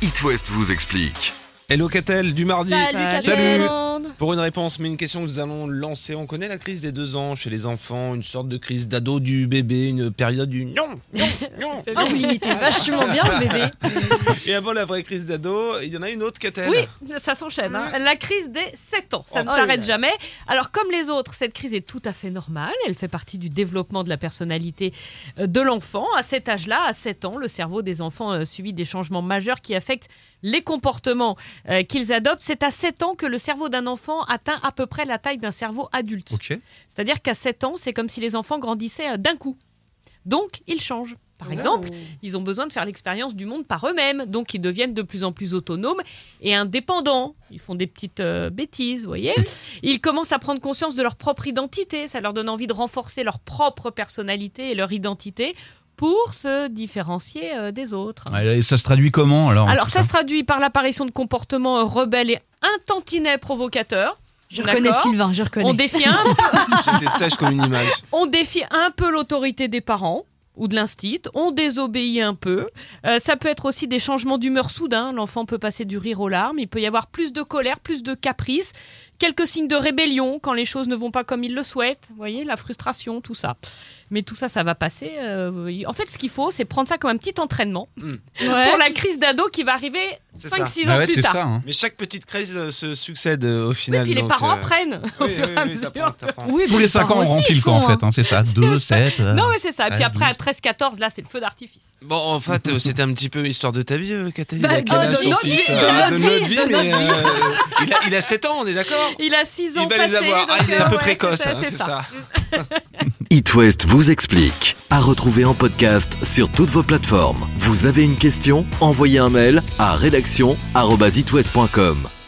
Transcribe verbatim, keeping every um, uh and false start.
It West vous explique. Hello Catel du mardi. Salut, Salut. Catel. Pour une réponse, mais une question que nous allons lancer. On connaît la crise des deux ans chez les enfants, une sorte de crise d'ado du bébé, une période du non, non, non. Ah, vous l'imitez vachement bien, le bébé. Et avant la vraie crise d'ado, il y en a une autre, Catel. Oui, ça s'enchaîne. Hein. La crise des sept ans, ça Oh, ne oh s'arrête là. jamais. Alors, comme les autres, cette crise est tout à fait normale. Elle fait partie du développement de la personnalité de l'enfant. À cet âge-là, à sept ans, le cerveau des enfants euh, subit des changements majeurs qui affectent les comportements euh, qu'ils adoptent. C'est à sept ans que le cerveau d'un enfant atteint à peu près la taille d'un cerveau adulte. Ok. C'est-à-dire qu'à sept ans, c'est comme si les enfants grandissaient euh, d'un coup. Donc, ils changent. Par exemple, ils ont besoin de faire l'expérience du monde par eux-mêmes. Donc, ils deviennent de plus en plus autonomes et indépendants. Ils font des petites euh, bêtises, vous voyez. Ils commencent à prendre conscience de leur propre identité. Ça leur donne envie de renforcer leur propre personnalité et leur identité pour se différencier euh, des autres. Et ça se traduit comment alors Alors, ça, ça se traduit par l'apparition de comportements euh, rebelles et un tantinet provocateurs. Je reconnais D'accord. Sylvain, je reconnais. On défie un J'étais sèche comme une image. On défie un peu l'autorité des parents ou de l'instit, on désobéit un peu. Euh, ça peut être aussi des changements d'humeur soudains. L'enfant peut passer du rire aux larmes. Il peut y avoir plus de colère, plus de caprice, quelques signes de rébellion quand les choses ne vont pas comme il le souhaite. Vous voyez, la frustration, tout ça. Mais tout ça, ça va passer. Euh, en fait, ce qu'il faut, c'est prendre ça comme un petit entraînement Mm. Ouais. pour la crise d'ado qui va arriver C'est cinq ça. six Ah ans ouais, plus c'est tard. ça. Hein. Mais chaque petite crise euh, se succède euh, au Oui, final. puis les donc, parents euh, apprennent au oui, fur oui, et à oui, mesure. t'apprends, t'apprends. Oui, Tous mais les cinq ans, on parents aussi, remplit ils le camp font, en fait, hein, c'est ça. deux, sept. Non, mais c'est ça. Et puis treize, après, à douze. treize quatorze, là, c'est le feu d'artifice. Bon, en fait, euh, c'était un petit peu l'histoire de ta vie, euh, Catel. Il Bah, a quel de âge, ton notre fils, vie, euh, de notre de vie, notre vie, de mais notre vie. euh, il, a, il a sept ans, on est d'accord. Il a six ans Il va les passés, avoir. Ah, donc, il est un euh, peu ouais, précoce, c'est ça, hein, c'est c'est ça. ça. It West vous explique. À retrouver en podcast sur toutes vos plateformes. Vous avez une question ? Envoyez un mail à rédaction arobase it west point com.